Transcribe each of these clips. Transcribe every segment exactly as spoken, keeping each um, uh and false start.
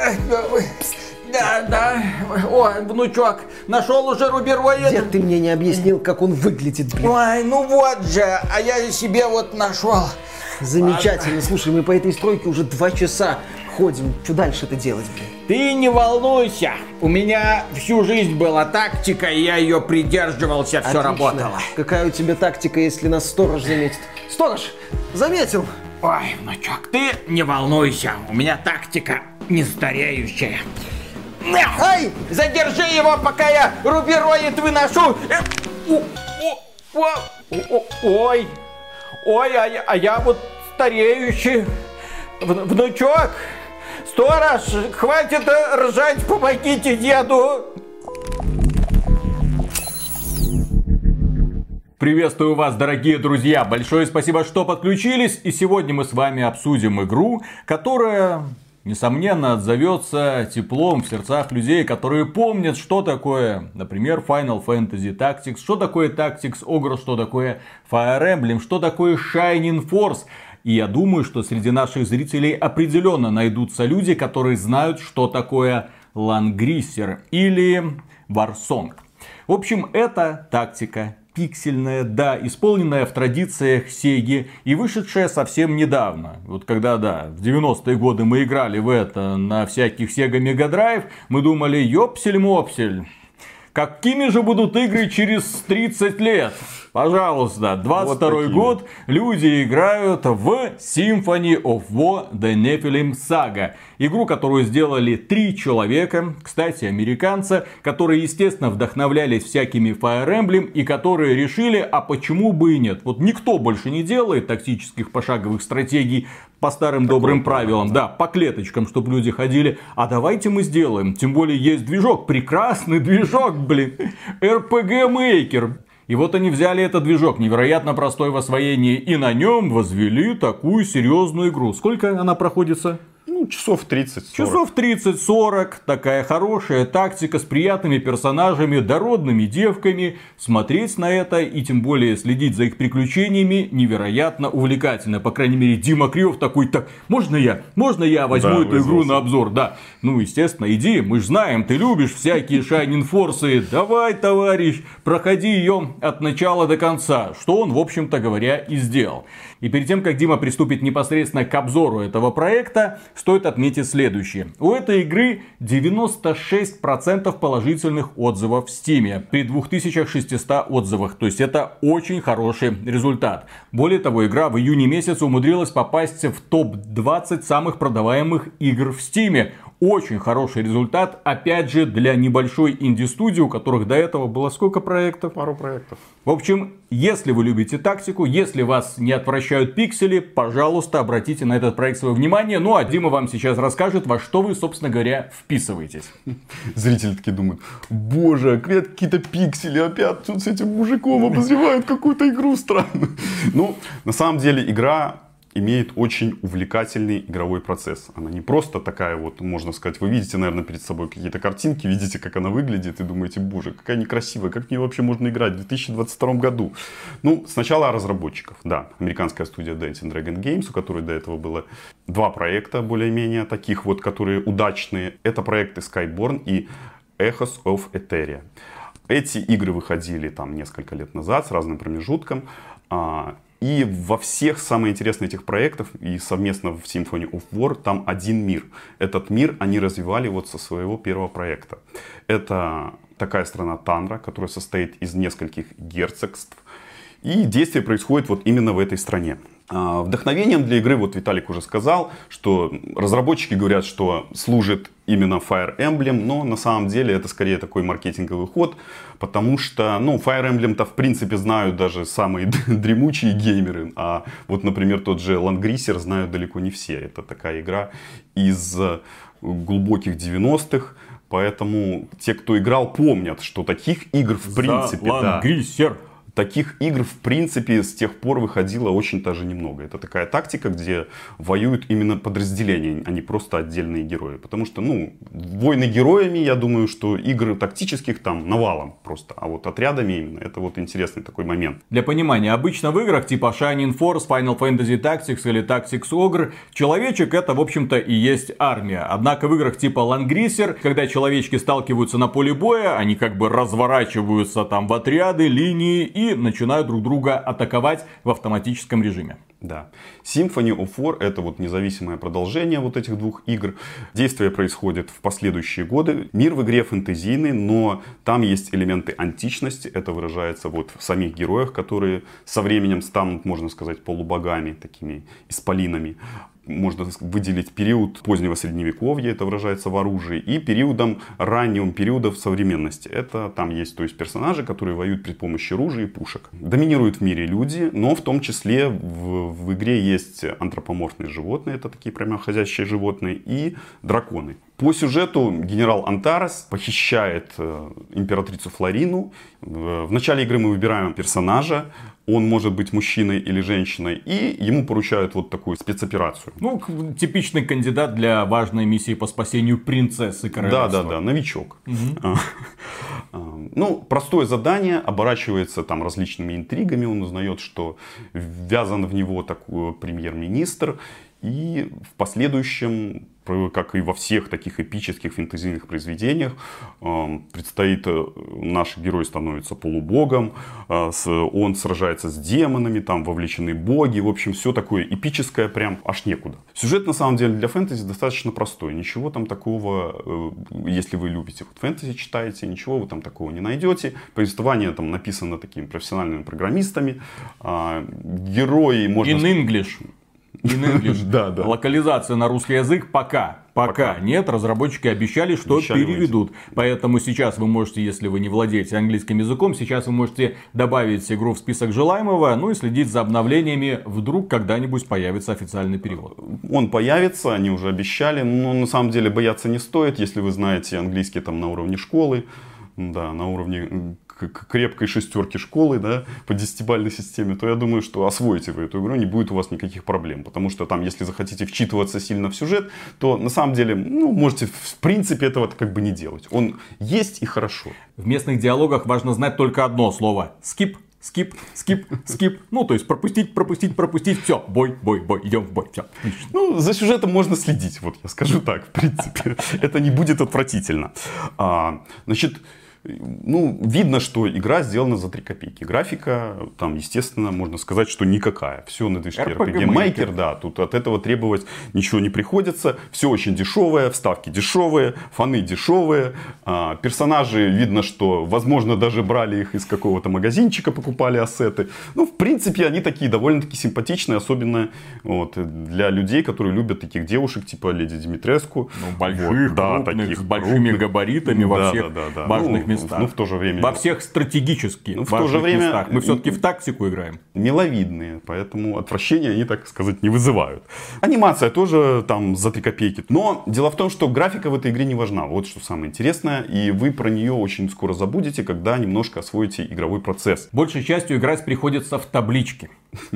Да, да. О, внучок, нашел уже рубероид. Дед, ты мне не объяснил, как он выглядит, блин. Ой, ну вот же, а я себе вот нашел. Замечательно. Слушай, мы по этой стройке уже два часа ходим. Что дальше-то делать, блин? Ты не волнуйся. У меня всю жизнь была тактика, и я ее придерживался, все работало. Какая у тебя тактика, если нас сторож заметит? Сторож, заметил. Ой, внучок, ты не волнуйся. У меня тактика не стареющая. Ай! Задержи его, пока я рубероид выношу! Ой! Ой, а я, а я вот стареющий. Внучок! Сторож! Хватит ржать, помогите деду! Приветствую вас, дорогие друзья! Большое спасибо, что подключились. И сегодня мы с вами обсудим игру, которая... несомненно, отзовется теплом в сердцах людей, которые помнят, что такое, например, Final Fantasy Tactics, что такое Tactics Ogre, что такое Fire Emblem, что такое Shining Force. И я думаю, что среди наших зрителей определенно найдутся люди, которые знают, что такое Langrisser или Warsong. В общем, это тактика. Пиксельная, да, исполненная в традициях Сеги и вышедшая совсем недавно. Вот когда, да, в девяностые годы мы играли в это на всяких Sega Mega Drive, мы думали, ёпсель-мопсель, какими же будут игры через тридцать лет? Пожалуйста, двадцать второй вот год, люди играют в Symphony of War The Nephilim Saga. Игру, которую сделали три человека, кстати, американца, которые, естественно, вдохновлялись всякими Fire Emblem и которые решили, а почему бы и нет. Вот никто больше не делает тактических пошаговых стратегий по старым Такое добрым правилам, да. да, по клеточкам, чтобы люди ходили. А давайте мы сделаем. Тем более есть движок, прекрасный движок, блин, эр пи джи Maker. И вот они взяли этот движок, невероятно простой в освоении, и на нем возвели такую серьезную игру. Сколько она проходится? Ну, часов тридцать-сорок. Часов тридцать-сорок. Такая хорошая тактика с приятными персонажами, дородными девками. Смотреть на это и тем более следить за их приключениями невероятно увлекательно. По крайней мере, Дима Кривов такой, так, можно я? Можно я возьму да, эту вызвался. игру на обзор? Да. Ну, естественно, иди, мы же знаем, ты любишь всякие Shining Force. Давай, товарищ, проходи ее от начала до конца. Что он, в общем-то говоря, и сделал. И перед тем, как Дима приступит непосредственно к обзору этого проекта, стоит отметить следующее. У этой игры девяносто шесть процентов положительных отзывов в Steam при две тысячи шестьсот отзывах. То есть это очень хороший результат. Более того, игра в июне месяце умудрилась попасть в топ двадцать самых продаваемых игр в Steam. Очень хороший результат, опять же, для небольшой инди-студии, у которых до этого было сколько проектов? Пару проектов. В общем, если вы любите тактику, если вас не отвращают пиксели, пожалуйста, обратите на этот проект свое внимание. Ну, а Дима вам сейчас расскажет, во что вы, собственно говоря, вписываетесь. Зрители такие думают, боже, опять какие-то пиксели, опять тут с этим мужиком обозревают какую-то игру странную. Ну, на самом деле, игра... имеет очень увлекательный игровой процесс. Она не просто такая вот, можно сказать, вы видите, наверное, перед собой какие-то картинки, видите, как она выглядит, и думаете, боже, какая некрасивая, как в ней вообще можно играть в две тысячи двадцать втором году. Ну, сначала о разработчиках. Да, американская студия Dancing Dragon Games, у которой до этого было два проекта, более-менее таких вот, которые удачные. Это проекты Skyborn и Echoes of Eteria. Эти игры выходили там несколько лет назад с разным промежутком. И во всех самое интересное этих проектов и совместно в Symphony of War там один мир. Этот мир они развивали вот со своего первого проекта. Это такая страна Тандра, которая состоит из нескольких герцогств. И действие происходит вот именно в этой стране. Вдохновением для игры, вот Виталик уже сказал, что разработчики говорят, что служит именно Fire Emblem, но на самом деле это скорее такой маркетинговый ход, потому что, ну, Fire Emblem-то в принципе знают даже самые дремучие геймеры, а вот, например, тот же Langrisser знают далеко не все. Это такая игра из глубоких девяностых, поэтому те, кто играл, помнят, что таких игр в принципе... Langrisser. Таких игр, в принципе, с тех пор выходило очень даже немного. Это такая тактика, где воюют именно подразделения, а не просто отдельные герои. Потому что, ну, войны героями, я думаю, что игр тактических там навалом просто. А вот отрядами именно, это вот интересный такой момент. Для понимания, обычно в играх типа Shining Force, Final Fantasy Tactics или Tactics Ogre, человечек это, в общем-то, и есть армия. Однако в играх типа Langrisser, когда человечки сталкиваются на поле боя, они как бы разворачиваются там в отряды, линии и и начинают друг друга атаковать в автоматическом режиме. Да. Symphony of War — это вот независимое продолжение вот этих двух игр. Действие происходит в последующие годы. Мир в игре фэнтезийный, но там есть элементы античности. Это выражается вот в самих героях, которые со временем станут, можно сказать, полубогами, такими исполинами. Можно выделить период позднего средневековья, это выражается в оружии, и периодом раннего периода в современности. Это там есть, то есть, персонажи, которые воюют при помощи оружия и пушек. Доминируют в мире люди, но в том числе в, в игре есть антропоморфные животные, это такие прямоходящие животные, и драконы. По сюжету генерал Антарес похищает э, императрицу Флорину. В начале игры мы выбираем персонажа. Он может быть мужчиной или женщиной. И ему поручают вот такую спецоперацию. Ну, типичный кандидат для важной миссии по спасению принцессы королевства. Да, да, да, новичок. Угу. Ну, простое задание оборачивается там различными интригами. Он узнает, что ввязан в него такой премьер-министр. И в последующем, как и во всех таких эпических фэнтезийных произведениях, предстоит, наш герой становится полубогом, он сражается с демонами, там вовлечены боги, в общем, все такое эпическое, прям аж некуда. Сюжет, на самом деле, для фэнтези достаточно простой, ничего там такого, если вы любите вот фэнтези, читаете, ничего вы там такого не найдете. Повествование там написано такими профессиональными программистами, герои, можно... In English. In English. Да, да. Локализация на русский язык пока. Пока, пока нет, разработчики обещали, что обещали переведут. Выйти. Поэтому сейчас вы можете, если вы не владеете английским языком, сейчас вы можете добавить игру в список желаемого, ну и следить за обновлениями, вдруг когда-нибудь появится официальный перевод. Он появится, они уже обещали, но на самом деле бояться не стоит, если вы знаете английский там на уровне школы, да, на уровне крепкой шестерки школы, да, по десятибалльной системе, то я думаю, что освоите вы эту игру, не будет у вас никаких проблем. Потому что там, если захотите вчитываться сильно в сюжет, то на самом деле, ну, можете в принципе этого как бы не делать. Он есть и хорошо. В местных диалогах важно знать только одно слово. Скип. Скип, скип, скип. Ну, то есть пропустить, пропустить, пропустить. Все, бой, бой, бой. Идем в бой. Все. Ну, за сюжетом можно следить. Вот я скажу так, в принципе. Это не будет отвратительно. А, значит, ну, видно, что игра сделана за три копейки. Графика, там, естественно, можно сказать, что никакая. Все на движке эр пи джи Maker, да. Тут от этого требовать ничего не приходится. Все очень дешевое, вставки дешевые, фаны дешевые. А, персонажи, видно, что, возможно, даже брали их из какого-то магазинчика, покупали ассеты. Ну, в принципе, они такие довольно-таки симпатичные, особенно вот, для людей, которые любят таких девушек, типа Леди Димитреску. Ну, больших, вот, да, крупных, таких, с большими крупных габаритами во да, всех да, да, да. важных ну, местах. Ну, в то же время... Во всех стратегически ну, в то же время местах. Мы все-таки в тактику играем. Миловидные, поэтому отвращения они, так сказать, не вызывают. Анимация тоже там за три копейки. Но дело в том, что графика в этой игре не важна. Вот что самое интересное. И вы про нее очень скоро забудете, когда немножко освоите игровой процесс. Большей частью играть приходится в табличке.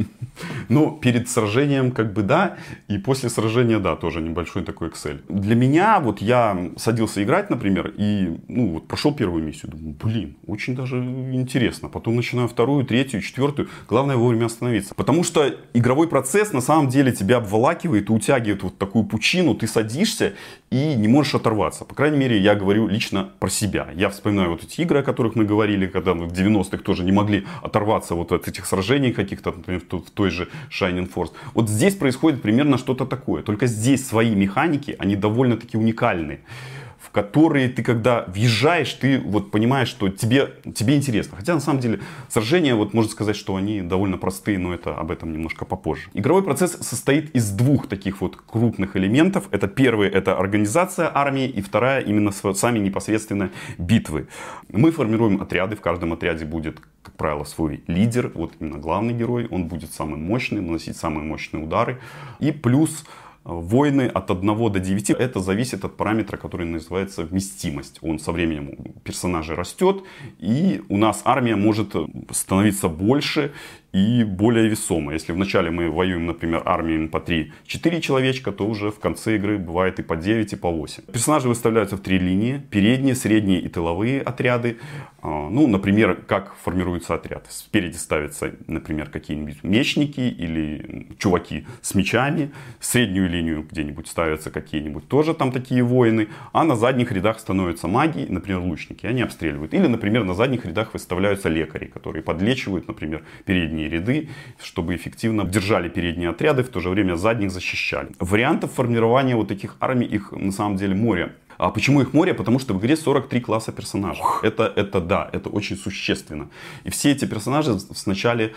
Ну, перед сражением как бы да, и после сражения да, тоже небольшой такой Excel. Для меня, вот я садился играть, например, и ну вот прошел первую миссию, думаю, блин, очень даже интересно. Потом начинаю вторую, третью, четвертую. Главное вовремя остановиться. Потому что игровой процесс на самом деле тебя обволакивает и утягивает вот такую пучину, ты садишься и не можешь оторваться. По крайней мере, я говорю лично про себя. Я вспоминаю вот эти игры, о которых мы говорили, когда мы в девяностых тоже не могли оторваться вот от этих сражений каких-то, например, в той же Shining Force. Вот здесь происходит примерно что-то такое. Только здесь свои механики, они довольно-таки уникальные. В которые ты, когда въезжаешь, ты вот понимаешь, что тебе, тебе интересно. Хотя на самом деле сражения, вот можно сказать, что они довольно простые, но это об этом немножко попозже. Игровой процесс состоит из двух таких вот крупных элементов. Это первый, это организация армии, и вторая именно сами непосредственно битвы. Мы формируем отряды, в каждом отряде будет, как правило, свой лидер, вот именно главный герой, он будет самым мощным, наносить самые мощные удары. И плюс Воины от одного до девяти. Это зависит от параметра, который называется вместимость. Он со временем у персонажа растет. И у нас армия может становиться больше и более весомой. Если вначале мы воюем, например, армиями по три-четыре человечка, то уже в конце игры бывает и по девять, и по восемь. Персонажи выставляются в три линии. Передние, средние и тыловые отряды. Ну, например, как формируется отряд. Спереди ставятся, например, какие-нибудь мечники или чуваки с мечами. В среднюю линию где-нибудь ставятся какие-нибудь тоже там такие воины. А на задних рядах становятся маги, например, лучники. Они обстреливают. Или, например, на задних рядах выставляются лекари, которые подлечивают, например, передние ряды, чтобы эффективно держали передние отряды, в то же время задних защищали. Вариантов формирования вот таких армий, их на самом деле море. А почему их море? Потому что в игре сорок три класса персонажей. Это, это да, это очень существенно. И все эти персонажи сначала,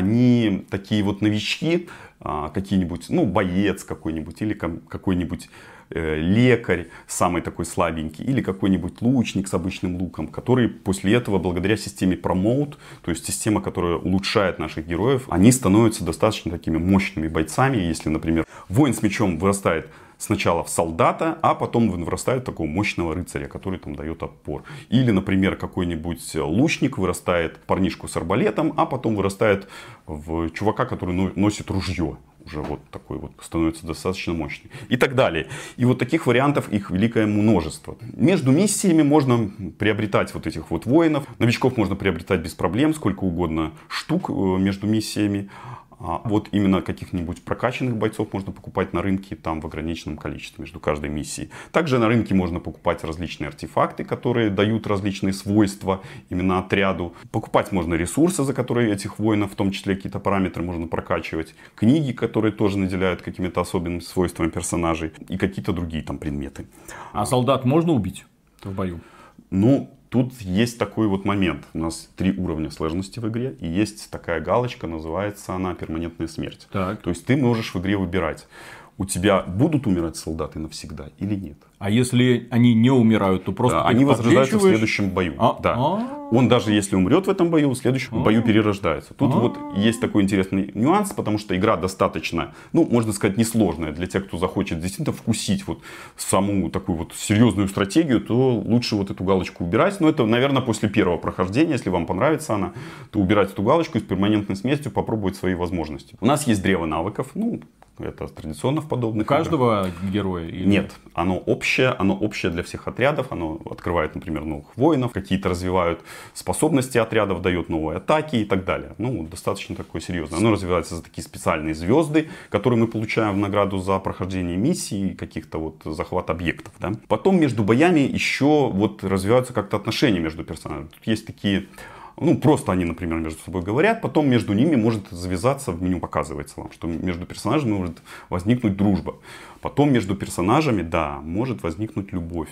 они такие вот новички, какие-нибудь, ну, боец какой-нибудь, или какой-нибудь э, лекарь, самый такой слабенький, или какой-нибудь лучник с обычным луком, который после этого, благодаря системе Promote, то есть система, которая улучшает наших героев, они становятся достаточно такими мощными бойцами. Если, например, воин с мечом вырастает сначала в солдата, а потом вырастает такого мощного рыцаря, который там дает отпор. Или, например, какой-нибудь лучник вырастает в парнишку с арбалетом, а потом вырастает в чувака, который носит ружье. Уже вот такой вот становится достаточно мощный. И так далее. И вот таких вариантов их великое множество. Между миссиями можно приобретать вот этих вот воинов. Новичков можно приобретать без проблем, сколько угодно штук между миссиями. А вот именно каких-нибудь прокачанных бойцов можно покупать на рынке там в ограниченном количестве между каждой миссией. Также на рынке можно покупать различные артефакты, которые дают различные свойства именно отряду. Покупать можно ресурсы, за которые этих воинов, в том числе какие-то параметры, можно прокачивать. Книги, которые тоже наделяют какими-то особенными свойствами персонажей. И какие-то другие там предметы. А солдат можно убить в бою? Ну... Тут есть такой вот момент. У нас три уровня сложности в игре. И есть такая галочка, называется она перманентная смерть. Так. То есть ты можешь в игре выбирать, у тебя будут умирать солдаты навсегда или нет. А если они не умирают, то просто да, ты они их возрождаются в подлечиваешь? следующем бою. А? Да. А? Он даже если умрет в этом бою, в следующем А? бою перерождается. Тут А? вот есть такой интересный нюанс, потому что игра достаточно, ну, можно сказать, несложная. Для тех, кто захочет действительно вкусить вот саму такую вот серьезную стратегию, то лучше вот эту галочку убирать. Но это, наверное, после первого прохождения, если вам понравится она, то убирать эту галочку и с перманентной смертью попробовать свои возможности. У нас есть древо навыков, ну, это традиционно в подобных У каждого играх. героя? Или... Нет, оно общее, оно общее для всех отрядов, оно открывает, например, новых воинов, какие-то развивают способности отрядов, дает новые атаки и так далее. Ну, достаточно такое серьезное. Оно развивается за такие специальные звезды, которые мы получаем в награду за прохождение миссий, каких-то вот захват объектов. Да? Потом между боями еще вот развиваются как-то отношения между персонажами. Тут есть такие... Ну, просто они, например, между собой говорят, потом между ними может завязаться, в меню показывается вам, что между персонажами может возникнуть дружба. Потом между персонажами, да, может возникнуть любовь.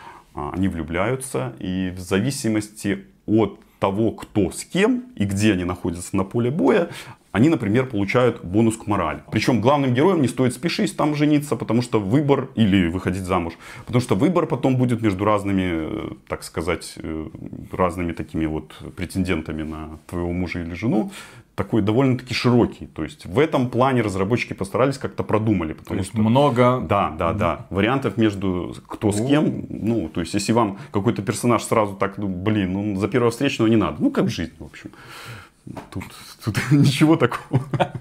Они влюбляются, и в зависимости от того, кто с кем и где они находятся на поле боя, они, например, получают бонус к морали. Причем главным героям не стоит спешить там жениться, потому что выбор, или выходить замуж, потому что выбор потом будет между разными, так сказать, разными такими вот претендентами на твоего мужа или жену, такой довольно-таки широкий. То есть в этом плане разработчики постарались, как-то продумали. Потому то есть что много... Да, да, да. Вариантов между кто с кем. Ну, то есть если вам какой-то персонаж сразу так, ну, блин, ну за первого встречного не надо. Ну, как в жизни, в общем. Тут, тут ничего такого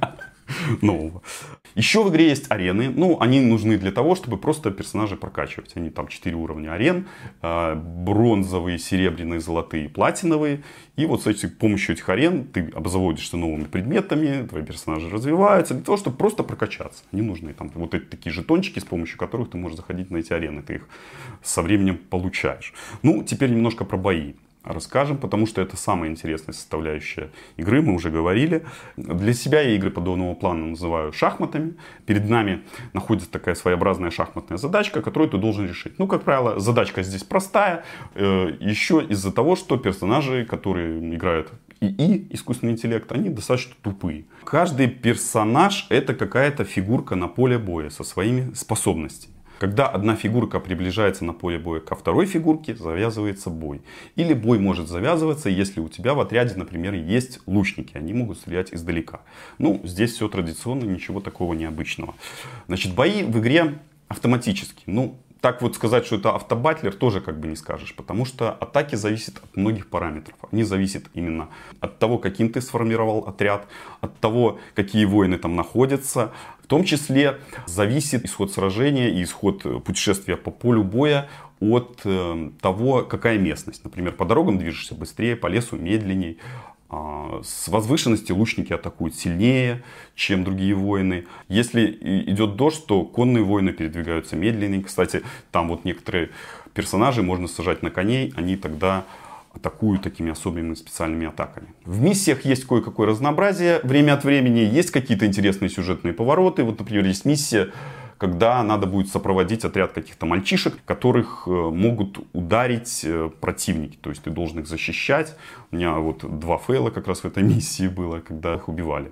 нового. Еще в игре есть арены. Ну, они нужны для того, чтобы просто персонажей прокачивать. Они там четыре уровня арен. Бронзовые, серебряные, золотые, платиновые. И вот с помощью этих арен ты обзаводишься новыми предметами. Твои персонажи развиваются. Для того, чтобы просто прокачаться. Не нужны там вот эти такие жетончики, с помощью которых ты можешь заходить на эти арены. Ты их со временем получаешь. Ну, теперь немножко про бои расскажем, потому что это самая интересная составляющая игры, мы уже говорили. Для себя я игры подобного плана называю шахматами. Перед нами находится такая своеобразная шахматная задачка, которую ты должен решить. Ну, как правило, задачка здесь простая, э, еще из-за того, что персонажи, которые играют ИИ, искусственный интеллект, они достаточно тупые. Каждый персонаж — это какая-то фигурка на поле боя со своими способностями. Когда одна фигурка приближается на поле боя ко второй фигурке, завязывается бой. Или бой может завязываться, если у тебя в отряде, например, есть лучники. Они могут стрелять издалека. Ну, здесь все традиционно, ничего такого необычного. Значит, бои в игре автоматически. Ну, так вот сказать, что это автобатлер, тоже как бы не скажешь. Потому что атаки зависят от многих параметров. Они зависят именно от того, каким ты сформировал отряд, от того, какие воины там находятся. В том числе зависит исход сражения и исход путешествия по полю боя от э, того, какая местность. Например, по дорогам движешься быстрее, по лесу медленней. С возвышенности лучники атакуют сильнее, чем другие воины. Если идет дождь, то конные воины передвигаются медленнее. Кстати, там вот некоторые персонажи можно сажать на коней, они тогда атакуют такими особенными специальными атаками. В миссиях есть кое-какое разнообразие. Время от времени есть какие-то интересные сюжетные повороты. Вот, например, есть миссия, когда надо будет сопроводить отряд каких-то мальчишек, которых могут ударить противники. То есть ты должен их защищать. У меня вот два фейла как раз в этой миссии было, когда их убивали.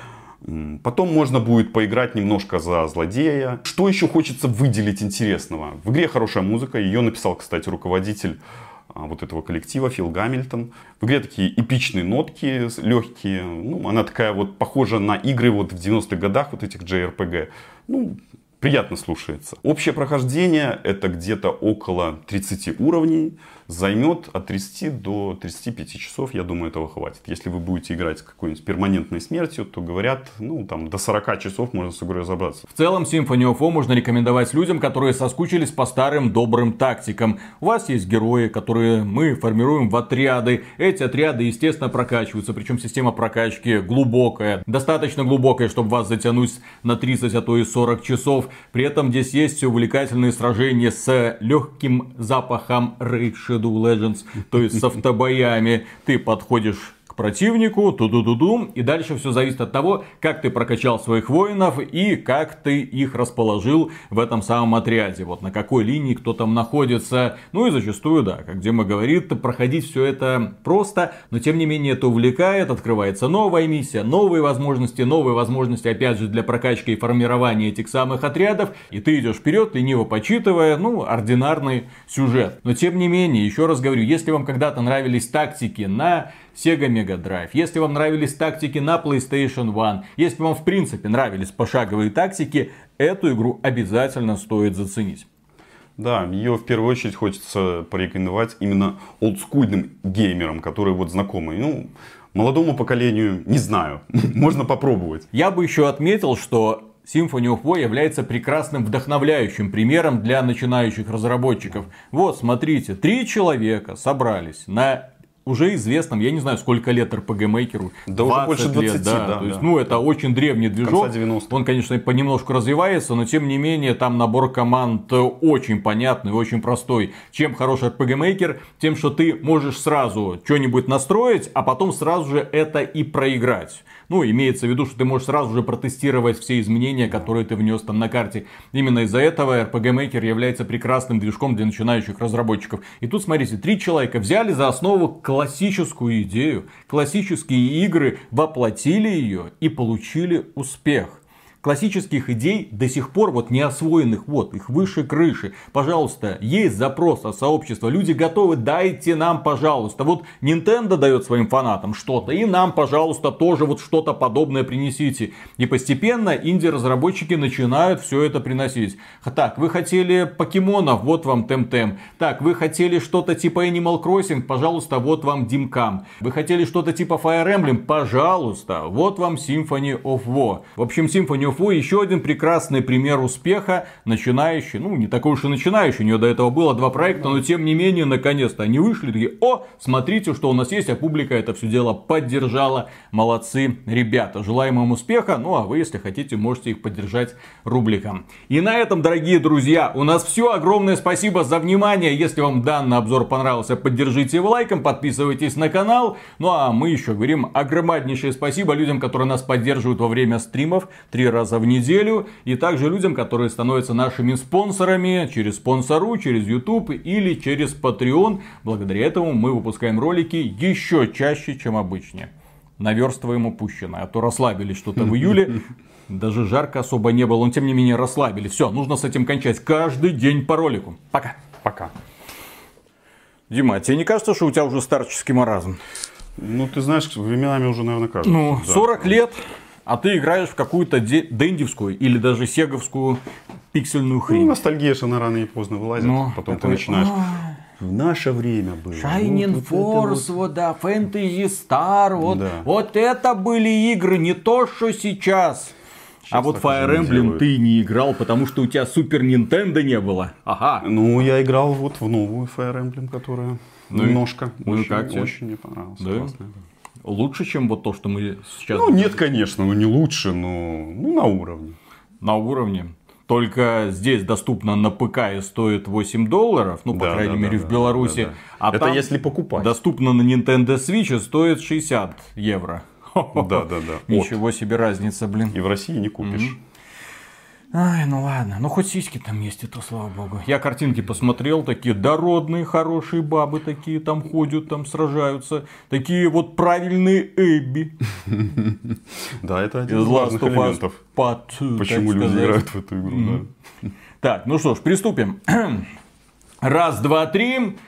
Потом можно будет поиграть немножко за злодея. Что еще хочется выделить интересного? В игре хорошая музыка. Ее написал, кстати, руководитель вот этого коллектива Фил Гамильтон. В игре такие эпичные нотки, легкие. Ну, она такая вот похожа на игры вот в девяностых годах, вот этих джей ар пи джи. Ну, приятно слушается. Общее прохождение это где-то около тридцати уровней. Займет от тридцати до тридцати пяти часов. Я думаю, этого хватит. Если вы будете играть с какой-нибудь перманентной смертью, то говорят, ну там до сорока часов можно с игрой разобраться. В целом Symphony of War можно рекомендовать людям, которые соскучились по старым добрым тактикам. У вас есть герои, которые мы формируем в отряды. Эти отряды, естественно, прокачиваются. Причем система прокачки глубокая. Достаточно глубокая, чтобы вас затянуть на тридцать, а то и сорок часов. При этом здесь есть увлекательные сражения с легким запахом Raid Shadow Legends, то есть с автобоями. Ты подходишь к противнику, ту-ду-ду-ду, и дальше все зависит от того, как ты прокачал своих воинов и как ты их расположил в этом самом отряде. Вот на какой линии кто там находится. Ну и зачастую, да, как Дима говорит, проходить все это просто, но тем не менее это увлекает, открывается новая миссия, новые возможности, новые возможности опять же для прокачки и формирования этих самых отрядов, и ты идешь вперед, лениво почитывая, ну, ординарный сюжет. Но тем не менее, еще раз говорю, если вам когда-то нравились тактики на Sega Mega Drive, если вам нравились тактики на PlayStation один, если вам в принципе нравились пошаговые тактики, эту игру обязательно стоит заценить. Да, ее в первую очередь хочется порекомендовать именно олдскульным геймерам, которые вот знакомы. Ну, молодому поколению не знаю, можно попробовать. Я бы еще отметил, что Symphony of War является прекрасным вдохновляющим примером для начинающих разработчиков. Вот, смотрите, три человека собрались на уже известном, я не знаю, сколько лет эр пи джи Maker. Да уже больше двадцати, лет, да. да, То да. есть, ну, это очень древний движок. девяностых. Он, конечно, понемножку развивается, но тем не менее, там набор команд очень понятный, очень простой. Чем хороший эр пи джи Maker? Тем, что ты можешь сразу что-нибудь настроить, а потом сразу же это и проиграть. Ну, имеется в виду, что ты можешь сразу же протестировать все изменения, которые ты внес там на карте. Именно из-за этого эр пи джи Maker является прекрасным движком для начинающих разработчиков. И тут, смотрите, три человека взяли за основу классическую идею, классические игры, воплотили ее и получили успех. Классических идей до сих пор вот не освоенных, вот их выше крыши. Пожалуйста, есть запрос от сообщества, люди готовы, дайте нам, пожалуйста. Вот Nintendo дает своим фанатам что-то, и нам, пожалуйста, тоже вот что-то подобное принесите. И постепенно инди-разработчики начинают все это приносить. Так, вы хотели покемонов, вот вам Темтем. Так, вы хотели что-то типа Animal Crossing, пожалуйста, вот вам Димкам. Вы хотели что-то типа Fire Emblem, пожалуйста, вот вам Symphony of War. В общем, Symphony of War еще один прекрасный пример успеха, начинающий, ну не такой уж и начинающий, у нее до этого было два проекта, но тем не менее, наконец-то они вышли, такие, о, смотрите, что у нас есть, а публика это все дело поддержала, молодцы ребята, желаем им успеха, ну а вы, если хотите, можете их поддержать рубликом. И на этом, дорогие друзья, у нас все, огромное спасибо за внимание, если вам данный обзор понравился, поддержите его лайком, подписывайтесь на канал, ну а мы еще говорим огромнейшее спасибо людям, которые нас поддерживают во время стримов, три раза в неделю, и также людям, которые становятся нашими спонсорами через Спонсору, через YouTube или через Patreon. Благодаря этому мы выпускаем ролики еще чаще, чем обычно. Наверстываем упущенное, а то расслабились что-то в июле. Даже жарко особо не было, но тем не менее расслабили. Все, нужно с этим кончать. Каждый день по ролику. Пока. Пока. Дима, а тебе не кажется, что у тебя уже старческий маразм? Ну, ты знаешь, временами уже, наверное, кажется. Ну, да. сорок лет, а ты играешь в какую-то де- дендевскую или даже сеговскую пиксельную Ну, хрень. ностальгия, что она рано или поздно вылазит. Ну, потом такой, ты начинаешь. В наше время было. Shining вот, вот это Force, вот, да, Fantasy Star, вот, Да. вот это были игры, не то, что сейчас. А вот так уже Fire не Emblem делают. ты не играл, потому что у тебя Супер Нинтендо не было. Ага. Ну, я играл вот в новую Fire Emblem, которая Ну и- немножко. ну и очень, как тебе? очень мне понравилось. Да? Классно. Лучше, чем вот то, что мы сейчас... Ну, нет, конечно, ну не лучше, но ну, на уровне. На уровне. Только здесь доступно на ПК и стоит восемь долларов, ну, по Да, крайней да, мере, да, в да, Беларуси. да, да. А Это там если покупать. доступно на Nintendo Switch и стоит шестьдесят евро. Да, да, да. Ничего себе разница, блин. И в России не купишь. Ай, ну ладно. Ну, хоть сиськи там есть, и то слава богу. Я картинки посмотрел, такие дородные, хорошие бабы такие там ходят, там сражаются. Такие вот правильные Эбби. Да, это Из один из Last важных of Us элементов. Part, Почему так люди сказать. играют в эту игру, да. Так, ну что ж, приступим. Раз, два, три.